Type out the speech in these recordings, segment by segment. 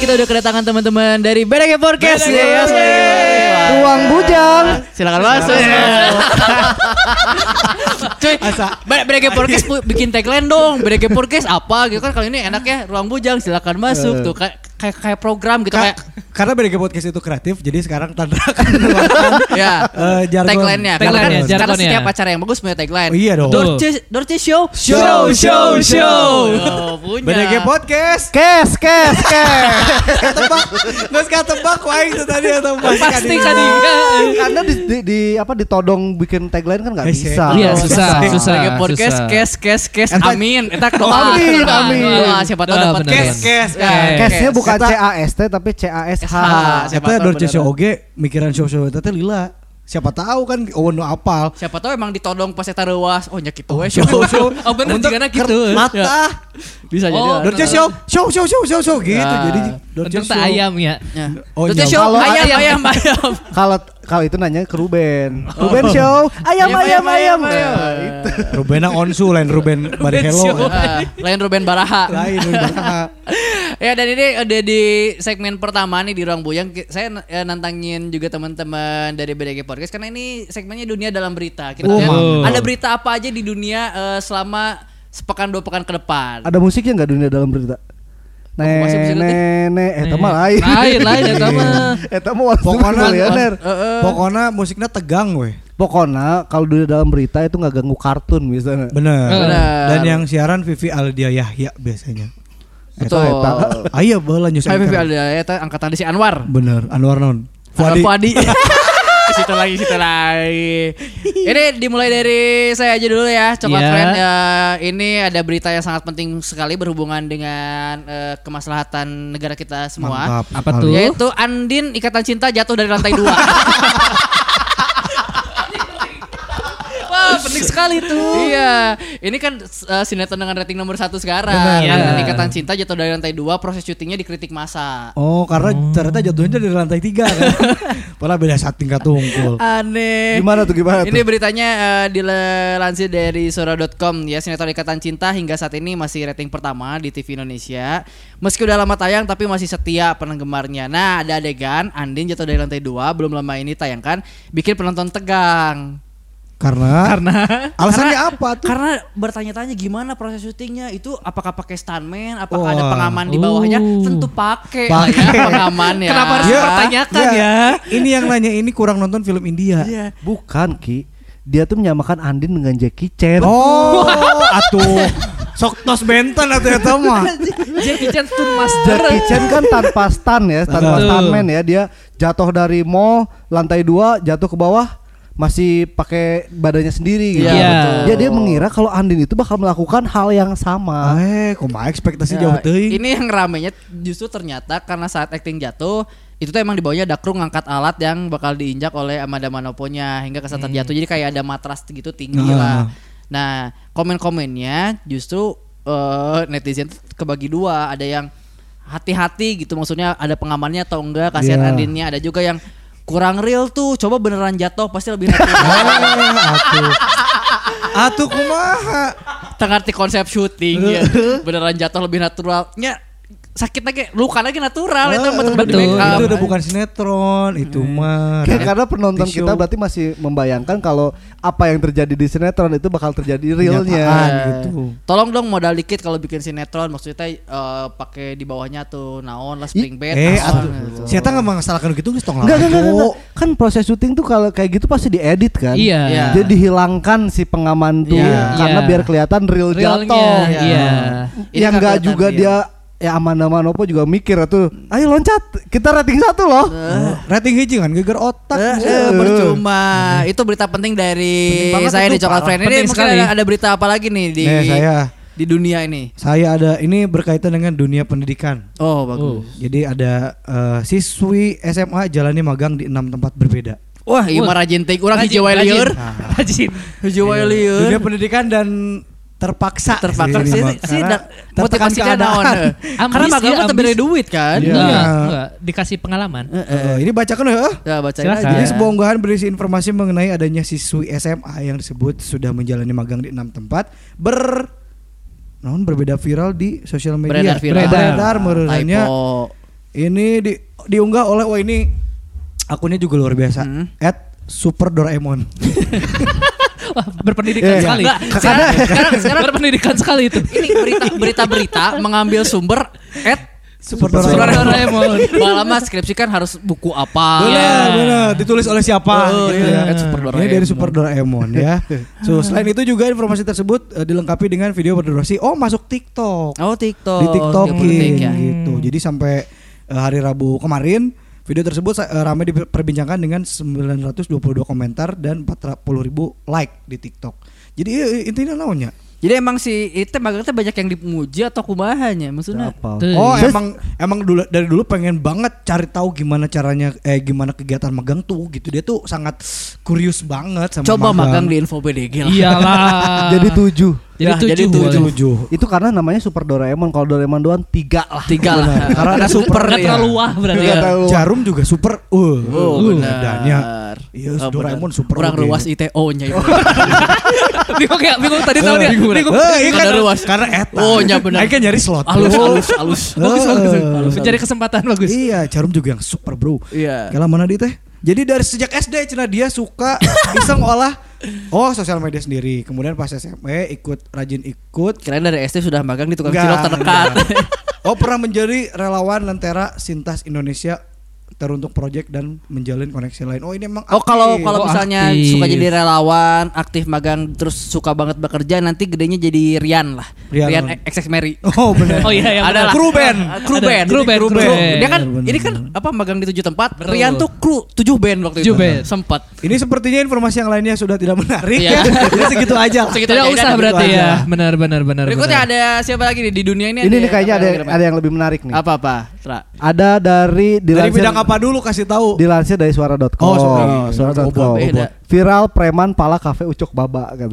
kita udah kedatangan teman-teman dari BDG Podcast. Ruang Bujang. Silakan masuk. Cuy, BDG Podcast bikin tagline dong. BDG Podcast apa gitu kan, kali ini enaknya Ruang Bujang, silakan masuk tuh kayak program gitu kayak. Karena BDG Podcast itu kreatif, jadi sekarang Tandra akan menerapkan jargon. Tagline-nya. Karena setiap acara yang bagus punya tagline. Oh, iya dong. Dorce Show. Punya. BDG Podcast. Kes. Ketebak. Nggak ketebak wae itu tadi atau Pasti kan. Karena ditodong bikin tagline kan nggak bisa. Iya, susah. BDG Podcast kes. Amin. Eta doa. Amin. Doa siapa tahu dapat kes. Kesnya bukan CAST tapi CASH. Eta Dorce Show oge mikiran show eta teh lila. Siapa tahu kan nu apal. Siapa tahu emang ditodong pas eta reuas. Oh nya kitu we show. Oh bener jigana kitu. Mata. Bisa jadi. Dorce Show gitu. Jadi Dorce Show. Ayam ya. Dorce Show ayam. Kalau itu nanya ke Ruben. Ruben Show. Ayam. Itu. Rubena Onsu lain Ruben Barihelo. Lain Ruben Baraha. Ya, dan ini udah di segmen pertama nih di Ruang Bujang. Saya nantangin juga teman-teman dari BDG Podcast karena ini segmennya dunia dalam berita. Kita ada berita apa aja di dunia selama sepekan 2 pekan ke depan. Ada musiknya nggak dunia dalam berita? Eta mah lain. Eta mah pokoknya musiknya tegang weh. Pokoknya kalau dunia dalam berita itu nggak ganggu kartun misalnya. Bener. Dan yang siaran Vivi Aldia Yahya biasanya. Betul. Ayo bola news. Vivi Aldia Yahya angkatan si Anwar. Bener. Anwar non. Fuadi. Situ lagi. Ini dimulai dari saya aja dulu ya, Coklat Friend. Ini ada berita yang sangat penting sekali berhubungan dengan kemaslahatan negara kita semua. Mantap. Apa tuh? Yaitu Andin Ikatan Cinta jatuh dari lantai 2. Wah, penting sekali tuh. Iya, ini kan sinetron dengan rating nomor 1 sekarang. Ikatan Cinta jatuh dari lantai 2, proses syutingnya dikritik massa. Oh, karena ternyata jatuhnya dari lantai 3 kan. Padahal beda saat tingkat tungkul. Aneh. Gimana tuh? Ini beritanya dilansir dari sora.com ya. Sinetron Ikatan Cinta hingga saat ini masih rating pertama di TV Indonesia. Meski udah lama tayang tapi masih setia penggemarnya. Nah, ada adegan Andin jatuh dari lantai 2 belum lama ini tayangkan, bikin penonton tegang. Karena alasannya apa tuh? Karena bertanya-tanya gimana proses syutingnya itu, apakah pakai stuntman, apakah ada pengaman di bawahnya? Tentu pakai pengaman ya. Kenapa harus dipertanyakan ya? Ini yang nanya ini kurang nonton film India. Bukan Ki, dia tuh menyamakan Andin dengan Jackie Chan. Oh, atuh. Sok tos benten atau ya mah. Jackie Chan Stunt Master. Jackie Chan kan tanpa stunt ya, tanpa stuntman ya. Dia jatuh dari mall lantai 2 jatuh ke bawah masih pakai badannya sendiri gitu. Dia mengira kalau Andin itu bakal melakukan hal yang sama. Kumaha ekspektasi jauh teuing. Ini yang ramenya justru ternyata karena saat acting jatuh itu tuh emang di bawahnya ada kru ngangkat alat yang bakal diinjak oleh Amanda Manopo-nya hingga ke saat terjatuh. Jadi kayak ada matras gitu tinggi lah. Nah, komen-komennya justru netizen kebagi 2. Ada yang hati-hati gitu, maksudnya ada pengamannya atau enggak, kasihan Andinnya. Ada juga yang kurang real tuh, coba beneran jatuh pasti lebih natural. Atuh kumaha? Ngerti konsep syuting ya. Beneran jatuh lebih naturalnya. Sakit lagi, luka lagi natural itu betul. Itu udah bukan sinetron, itu mah. Karena penonton kita berarti masih membayangkan kalau apa yang terjadi di sinetron itu bakal terjadi realnya gitu. Tolong dong modal dikit kalau bikin sinetron, maksudnya pakai di bawahnya tuh naon lah spring bed. Siapa enggak mengasalkan gitu geus tong Enggak. Kan proses syuting tuh kalau kayak gitu pasti diedit kan. Iya. Jadi dihilangkan si pengaman tuh karena biar kelihatan real jatuh. Yang enggak juga dia Amanda Manopo juga mikir tuh, ayo loncat, kita rating 1 loh. Rating hiji kan geger otak. Percuma. Itu berita penting dari saya di Coklat Friend. Ini mungkin ada berita apa lagi nih di dunia ini? Saya ada ini berkaitan dengan dunia pendidikan. Oh, bagus. Jadi ada siswi SMA jalani magang di 6 tempat berbeda. Wah, ieu mah rajin teh urang hiji wae lieur. Rajin. Hiji wae lieur. Dunia pendidikan dan terpaksa sih motivasinya naon karena magang mah teu duit kan. Enggak dikasih pengalaman. Ini bacakan ya bacain aja. Jadi sebuah unggahan berisi informasi mengenai adanya siswi SMA yang disebut sudah menjalani magang di 6 tempat berbeda viral di sosial media. Beredar menurutnya Ini diunggah oleh ini akunnya juga luar biasa. @superdoraemon. Wah, berpendidikan sekali. Sekarang berpendidikan sekali itu. Ini berita-berita mengambil sumber Doraemon. Malah skripsi kan harus buku apa. Benar, ditulis oleh siapa gitu ya. Super Ini dari Super Doraemon ya. So, selain itu juga informasi tersebut dilengkapi dengan video berdurasi masuk TikTok. Oh, TikTok. Di TikTok ya. gitu. Jadi sampai hari Rabu kemarin video tersebut ramai diperbincangkan dengan 922 komentar dan 40.000 like di TikTok. Jadi intinya naonnya? Jadi emang si itu magangnya banyak yang dipuji atau kumahanya maksudnya. Oh, emang dari dulu pengen banget cari tahu gimana caranya gimana kegiatan magang tuh gitu. Dia tuh sangat kurius banget sama coba magang di Info BDG lah. Iyalah. Jadi 7. Jadi 7. Itu karena namanya Super Doraemon. Kalau Doraemon doang 3 lah. 3 lah. Karena super Gak terlalu wah berarti ya. Jarum juga super. Bedanya. Iya, Doraemon super. Kurang ruas ITO-nya itu. Bingung tadi tahu dia. Bingung. Kan ruas karena eta. Oh, nya benar. Aing kan nyari slot. Alus. Bagus. Mencari kesempatan bagus. Iya, Jarum juga yang super, bro. Iya. Kala mana dia teh? Jadi dari sejak SD cenah dia suka iseng olah sosial media sendiri. Kemudian pas SMP rajin ikut. Kirain dari SD sudah magang di tukang Enggak, cilok terdekat. Pernah menjadi relawan Lentera Sintas Indonesia teruntuk project dan menjalin koneksi lain. Ini emang aktif. Kalau misalnya aktif. suka jadi relawan, aktif magang terus suka banget bekerja, nanti gedenya jadi Rian lah. Rian XX Mary. Oh benar. Oh iya, yang ada lah. Kru band. Dia kan ini kan magang di 7 tempat. Betul. Rian tuh kru 7 band waktu itu. 7 band. Sempat. Ini sepertinya informasi yang lainnya sudah tidak menarik. Iya. Jadi segitu aja. Tidak usah berarti ya. Benar. Berikutnya ada siapa lagi nih di dunia ini? Ini kayaknya ada yang lebih menarik nih. Apa? Ada dari bidang apa dulu kasih tahu. Dilansir dari suara.com. Suara.com. Beda. Viral preman pala kafe Ucok Baba katanya.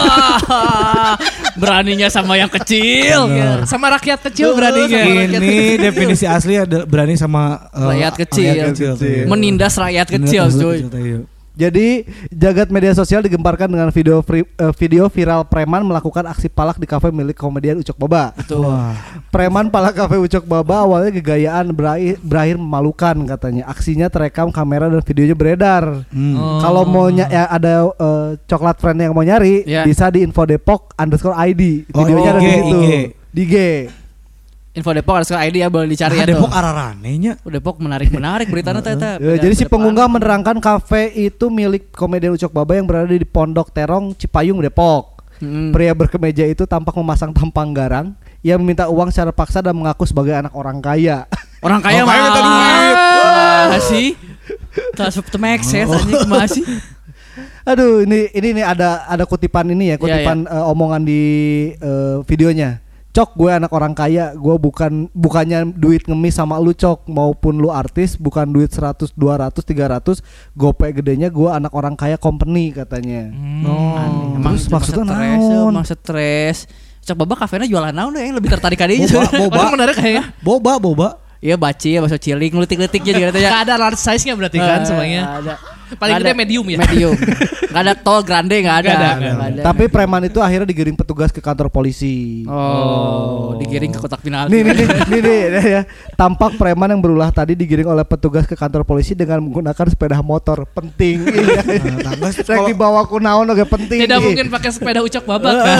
Wah. Beraninya sama yang kecil. Sama rakyat kecil beraninya. Ini definisi asli ada berani sama rakyat kecil. Menindas rakyat kecil, cuy. Jadi jagat media sosial digemparkan dengan video viral preman melakukan aksi palak di kafe milik komedian Ucok Baba. Preman palak kafe Ucok Baba awalnya gegayaan berakhir memalukan katanya. Aksinya terekam kamera dan videonya beredar. Kalau mau ada coklat friend yang mau nyari bisa di info Depok_ID. Videonya ada di situ. Di IG. Info Depok harus ke ID ya, boleh dicari ya. Depok araranenya. Depok menarik beritanya tata. Jadi si pengunggah menerangkan kafe itu milik komedian Ucok Baba yang berada di Pondok Terong, Cipayung, Depok. Pria berkemeja itu tampak memasang tampang garang. Ia meminta uang secara paksa dan mengaku sebagai anak orang kaya. Orang kaya minta duit. Masih. Tak make sense anjing masih. Aduh, ini ada kutipan ini ya, kutipan omongan di videonya. Cok, gue anak orang kaya, gue bukannya duit ngemis sama lu Cok, maupun lu artis, bukan duit 100, 200, 300, gope gedenya gue anak orang kaya company katanya. Emang maksudnya naon? Emang stres. Cok Baba kafenya jualan naon yang lebih tertarik kayaknya. Boba menarik kayaknya. Boba. Iya baci ya, bakso cilik, ngelitik-ngelitiknya juga katanya. Gak ada large size-nya berarti kan semuanya. Ada. Paling gede medium ya. Medium. Gak ada tall grande gak ada. Tapi preman itu akhirnya digiring petugas ke kantor polisi. Digiring ke kotak penalti. Nih ya. Tampak preman yang berulah tadi digiring oleh petugas ke kantor polisi dengan menggunakan sepeda motor. Penting. Saya dibawa ku naon oge penting. Tidak mungkin pakai sepeda Ucok Baba kan.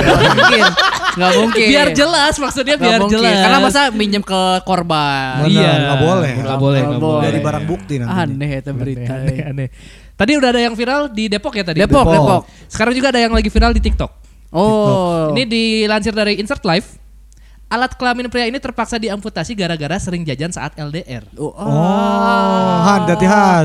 Nggak mungkin. Biar jelas maksudnya biar jelas. Karena masa minjem ke korban. Iya, nggak boleh. Dari barang bukti nanti. Aneh itu berita. Aneh. Tadi udah ada yang viral di Depok ya tadi. Depok. Sekarang juga ada yang lagi viral di TikTok. Oh. Ini dilansir dari Insert Live. Alat kelamin pria ini terpaksa diamputasi gara-gara sering jajan saat LDR. Hati-hati.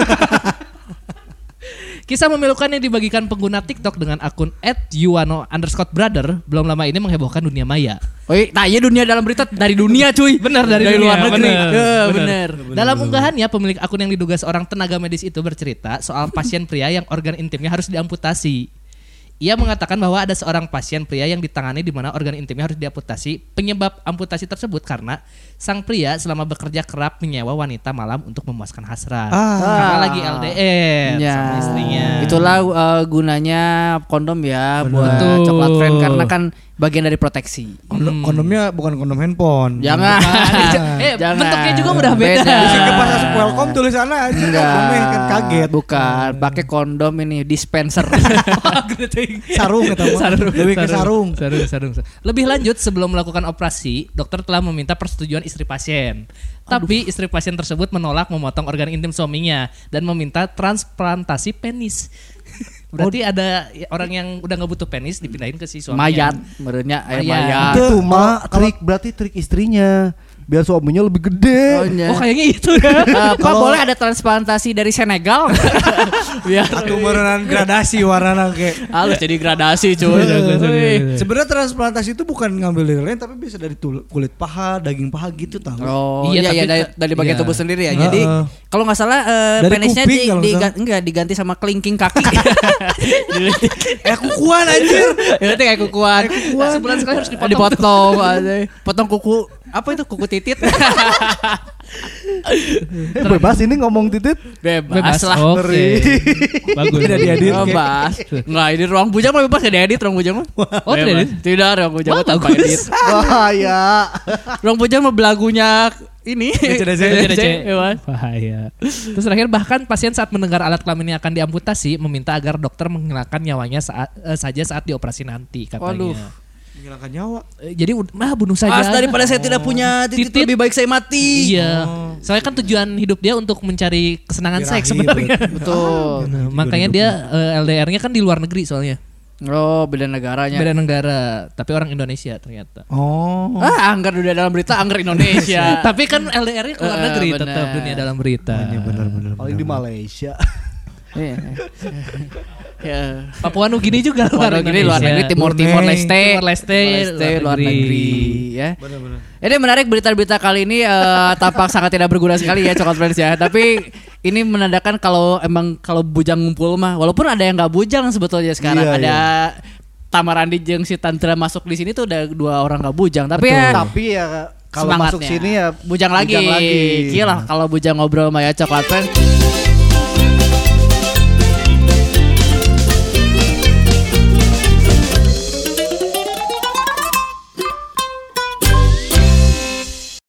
Kisah memilukan yang dibagikan pengguna TikTok dengan akun @yuwano_brother belum lama ini menghebohkan dunia maya. Iya dunia dalam berita dari dunia cuy. Benar dari luar dunia, negeri. Benar. Dalam unggahannya pemilik akun yang diduga seorang tenaga medis itu bercerita soal pasien pria yang organ intimnya harus diamputasi. Ia mengatakan bahwa ada seorang pasien pria yang ditangani di mana organ intimnya harus diamputasi. Penyebab amputasi tersebut karena sang pria selama bekerja kerap menyewa wanita malam untuk memuaskan hasrat. Karena lagi LDR sama istrinya. Itulah gunanya kondom ya buat Betul. coklat friend karena kan bagian dari proteksi. Kondomnya bukan kondom handphone. Jangan. Jangan. Bentuknya juga udah beda. Bisa pas masuk welcome tulisannya aja. Kondomnya kan kaget. Bukan, pakai kondom ini dispenser. Sarung kata lebih ke sarung. Sarung. Lebih lanjut, sebelum melakukan operasi, dokter telah meminta persetujuan istri pasien. Tapi istri pasien tersebut menolak memotong organ intim suaminya dan meminta transplantasi penis. Berarti ada orang yang udah nggak butuh penis dipindahin ke si suami. Mayat, menurutnya mayat. Itu berarti trik istrinya biar suaminya lebih gede. Oh kayaknya itu ya. Kok boleh ada transplantasi dari Senegal? Biar Atau merenan gradasi warna kayak. halus jadi gradasi cuy. Sebenarnya transplantasi itu bukan ngambil dari lain tapi bisa dari kulit paha, daging paha gitu tahu. Oh Iya, iya tapi dari bagian iya. tubuh sendiri ya. Jadi kalau nggak salah Dari penisnya kuping kalau nggak salah. diganti sama kelingking kaki. Kukuan anjir. Ya itu kayak kukuan. Sebulan sekali harus Dipotong aja. Potong kuku apa itu kuku titit? Bebas ini ngomong titit. Bebas lah. Oke. Bagus. Tidak diedit. Bebas. Enggak, ini ruang bujang mah bebas ya diedit ruang bujang mah. Oh, tidak edit? Tidak, ruang bujang mah tanpa bagus. edit. Bahaya. Ruang bujang mah belagunya ini. DC. Bahaya. Terus terakhir, bahkan pasien saat mendengar alat kelaminnya akan diamputasi meminta agar dokter menghilangkan nyawanya saja saat dioperasi nanti katanya. Waduh. Menghilangkan nyawa. Jadi bunuh saja. Daripada saya tidak punya titit, lebih baik saya mati. Iya. Soalnya kan tujuan hidup dia untuk mencari kesenangan Birahi, seks sebenarnya. Betul. Nah, makanya dia LDR-nya kan di luar negeri soalnya. Oh, beda negaranya. Beda negara, tapi orang Indonesia ternyata. Oh. Anggar udah dalam berita, Anggar Indonesia. Tapi kan LDR-nya ke luar negeri bener. tetap dunia dalam berita. Benar. Paling di Malaysia. Iya. Ya. Papua Nugini juga luar Negeri, luar negeri, Timor Leste, luar negeri, ya. Benar. Ini menarik berita-berita kali ini tampak sangat tidak berguna sekali ya Coklat Friends ya. Tapi ini menandakan kalau bujang ngumpul mah, walaupun ada yang nggak bujang sebetulnya sekarang, Iya, ada Tamarandi jeung si Tantra masuk di sini tuh udah 2 orang nggak bujang, tapi Betul. ya Tapi ya kalau masuk semangatnya. sini ya bujang lagi. Gila kalau bujang ngobrol sama ya Coklat Friends.